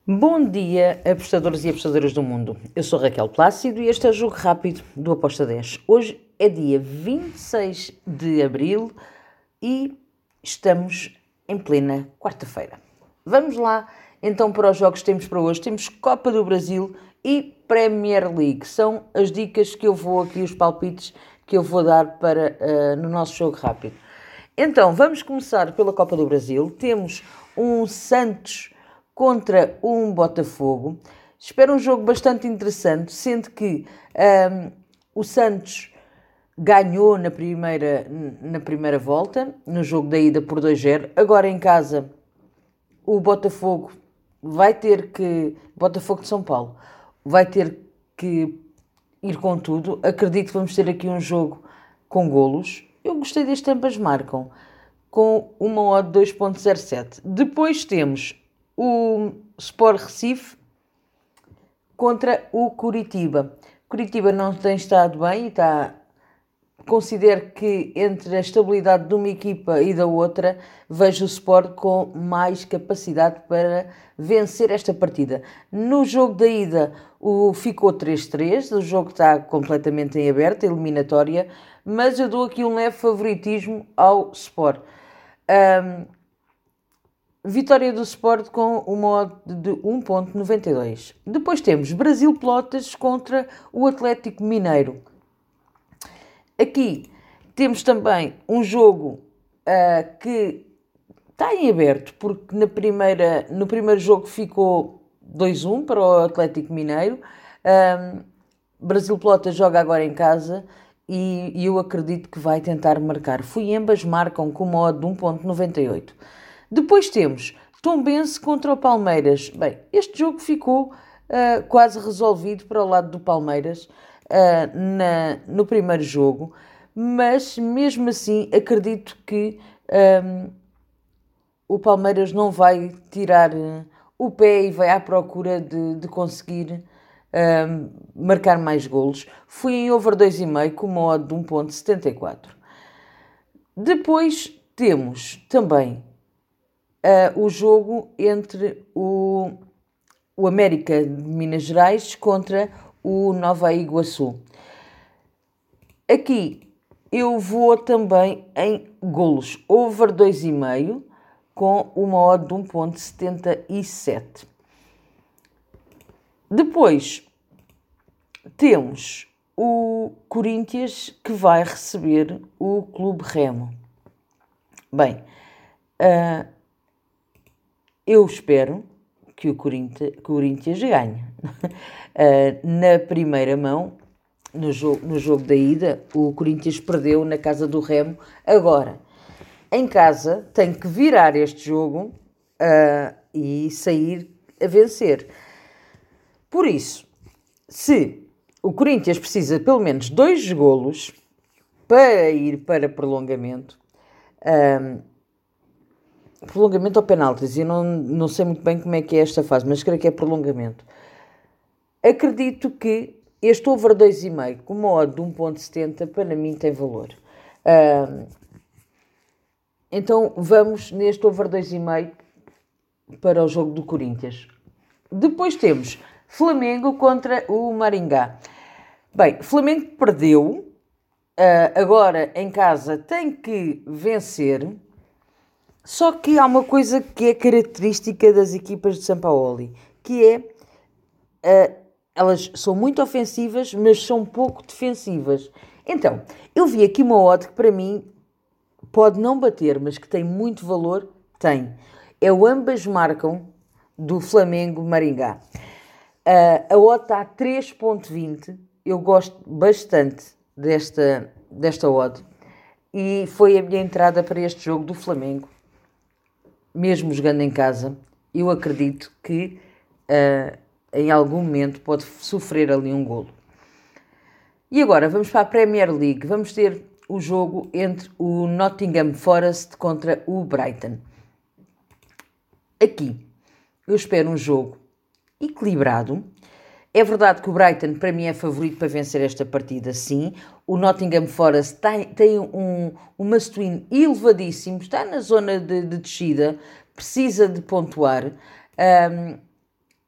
Bom dia, apostadores e apostadoras do mundo. Eu sou Raquel Plácido e este é o Jogo Rápido do Aposta 10. Hoje é dia 26 de abril e estamos em plena quarta-feira. Vamos lá então para os jogos que temos para hoje. Temos Copa do Brasil e Premier League. São as dicas que eu vou aqui, os palpites que eu vou dar para no nosso Jogo Rápido. Então, vamos começar pela Copa do Brasil. Temos um Santos contra um Botafogo. Espero um jogo bastante interessante, sendo que o Santos ganhou na primeira volta, no jogo da ida por 2-0. Agora em casa, o Botafogo Botafogo de São Paulo, vai ter que ir com tudo. Acredito que vamos ter aqui um jogo com golos. Eu gostei deste ambas marcam, com uma odd 2.07. Depois temos o Sport Recife contra o Curitiba. Curitiba não tem estado bem e considero que entre a estabilidade de uma equipa e da outra, vejo o Sport com mais capacidade para vencer esta partida. No jogo da ida ficou 3-3, o jogo está completamente em aberto, eliminatória, mas eu dou aqui um leve favoritismo ao Sport. Vitória do Sport com uma odd de 1.92. Depois temos Brasil Pelotas contra o Atlético Mineiro. Aqui temos também um jogo que está em aberto, porque no primeiro jogo ficou 2-1 para o Atlético Mineiro. Brasil Pelotas joga agora em casa e eu acredito que vai tentar marcar. Ambas marcam com uma odd de 1.98. Depois temos Tombense contra o Palmeiras. Bem, este jogo ficou quase resolvido para o lado do Palmeiras no primeiro jogo, mas mesmo assim acredito que o Palmeiras não vai tirar o pé e vai à procura de conseguir marcar mais golos. Fui em over 2,5 com uma odd de 1.74. Depois temos também o jogo entre o América de Minas Gerais contra o Nova Iguaçu. Aqui eu vou também em golos, over 2,5 com uma odd de 1.77. Depois temos o Corinthians que vai receber o Clube Remo. Bem, eu espero que o Corinthians ganhe. Na primeira mão, no jogo da ida, o Corinthians perdeu na casa do Remo. Agora, em casa, tem que virar este jogo e sair a vencer. Por isso, se o Corinthians precisa pelo menos 2 golos para ir para prolongamento, prolongamento ou penaltis, eu não sei muito bem como é que é esta fase, mas creio que é prolongamento. Acredito que este over 2,5 com uma odd de 1.70 para mim tem valor. Então vamos neste over 2,5 para o jogo do Corinthians. Depois temos Flamengo contra o Maringá. Bem, Flamengo perdeu, agora em casa tem que vencer. Só que há uma coisa que é característica das equipas de Sampaoli, que é, elas são muito ofensivas, mas são pouco defensivas. Então, eu vi aqui uma odd que para mim pode não bater, mas que tem muito valor, tem. É o ambas marcam do Flamengo-Maringá. A odd está a 3.20, eu gosto bastante desta odd. E foi a minha entrada para este jogo do Flamengo. Mesmo jogando em casa, eu acredito que em algum momento pode sofrer ali um golo. E agora vamos para a Premier League. Vamos ter o jogo entre o Nottingham Forest contra o Brighton. Aqui eu espero um jogo equilibrado. É verdade que o Brighton para mim é favorito para vencer esta partida, sim. O Nottingham Forest tem um must-win elevadíssimo, está na zona de descida, precisa de pontuar.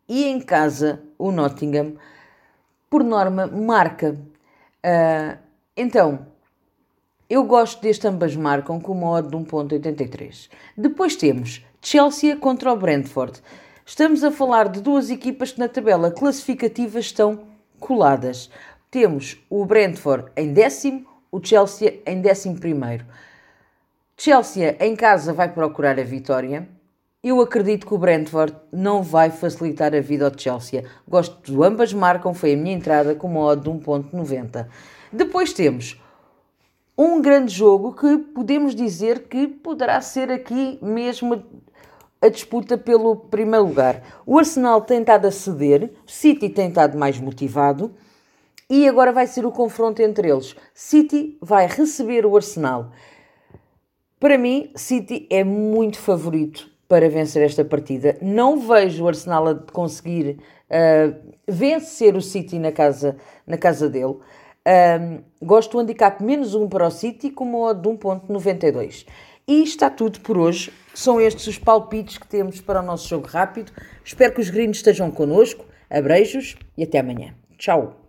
e em casa o Nottingham, por norma, marca. Então, eu gosto deste ambas marcam com uma odd de 1.83. Depois temos Chelsea contra o Brentford. Estamos a falar de duas equipas que na tabela classificativa estão coladas. Temos o Brentford em 10º, o Chelsea em 11º. Chelsea em casa vai procurar a vitória. Eu acredito que o Brentford não vai facilitar a vida ao Chelsea. Gosto de ambas marcam, foi a minha entrada com uma odd de 1.90. Depois temos um grande jogo que podemos dizer que poderá ser aqui mesmo a disputa pelo primeiro lugar. O Arsenal tem estado a ceder, o City tem estado mais motivado e agora vai ser o confronto entre eles. City vai receber o Arsenal. Para mim, City é muito favorito para vencer esta partida. Não vejo o Arsenal a conseguir vencer o City na casa dele. Gosto do handicap -1 para o City com uma odd de 1.92. E está tudo por hoje. São estes os palpites que temos para o nosso jogo rápido. Espero que os gringos estejam connosco. Abreijos e até amanhã. Tchau!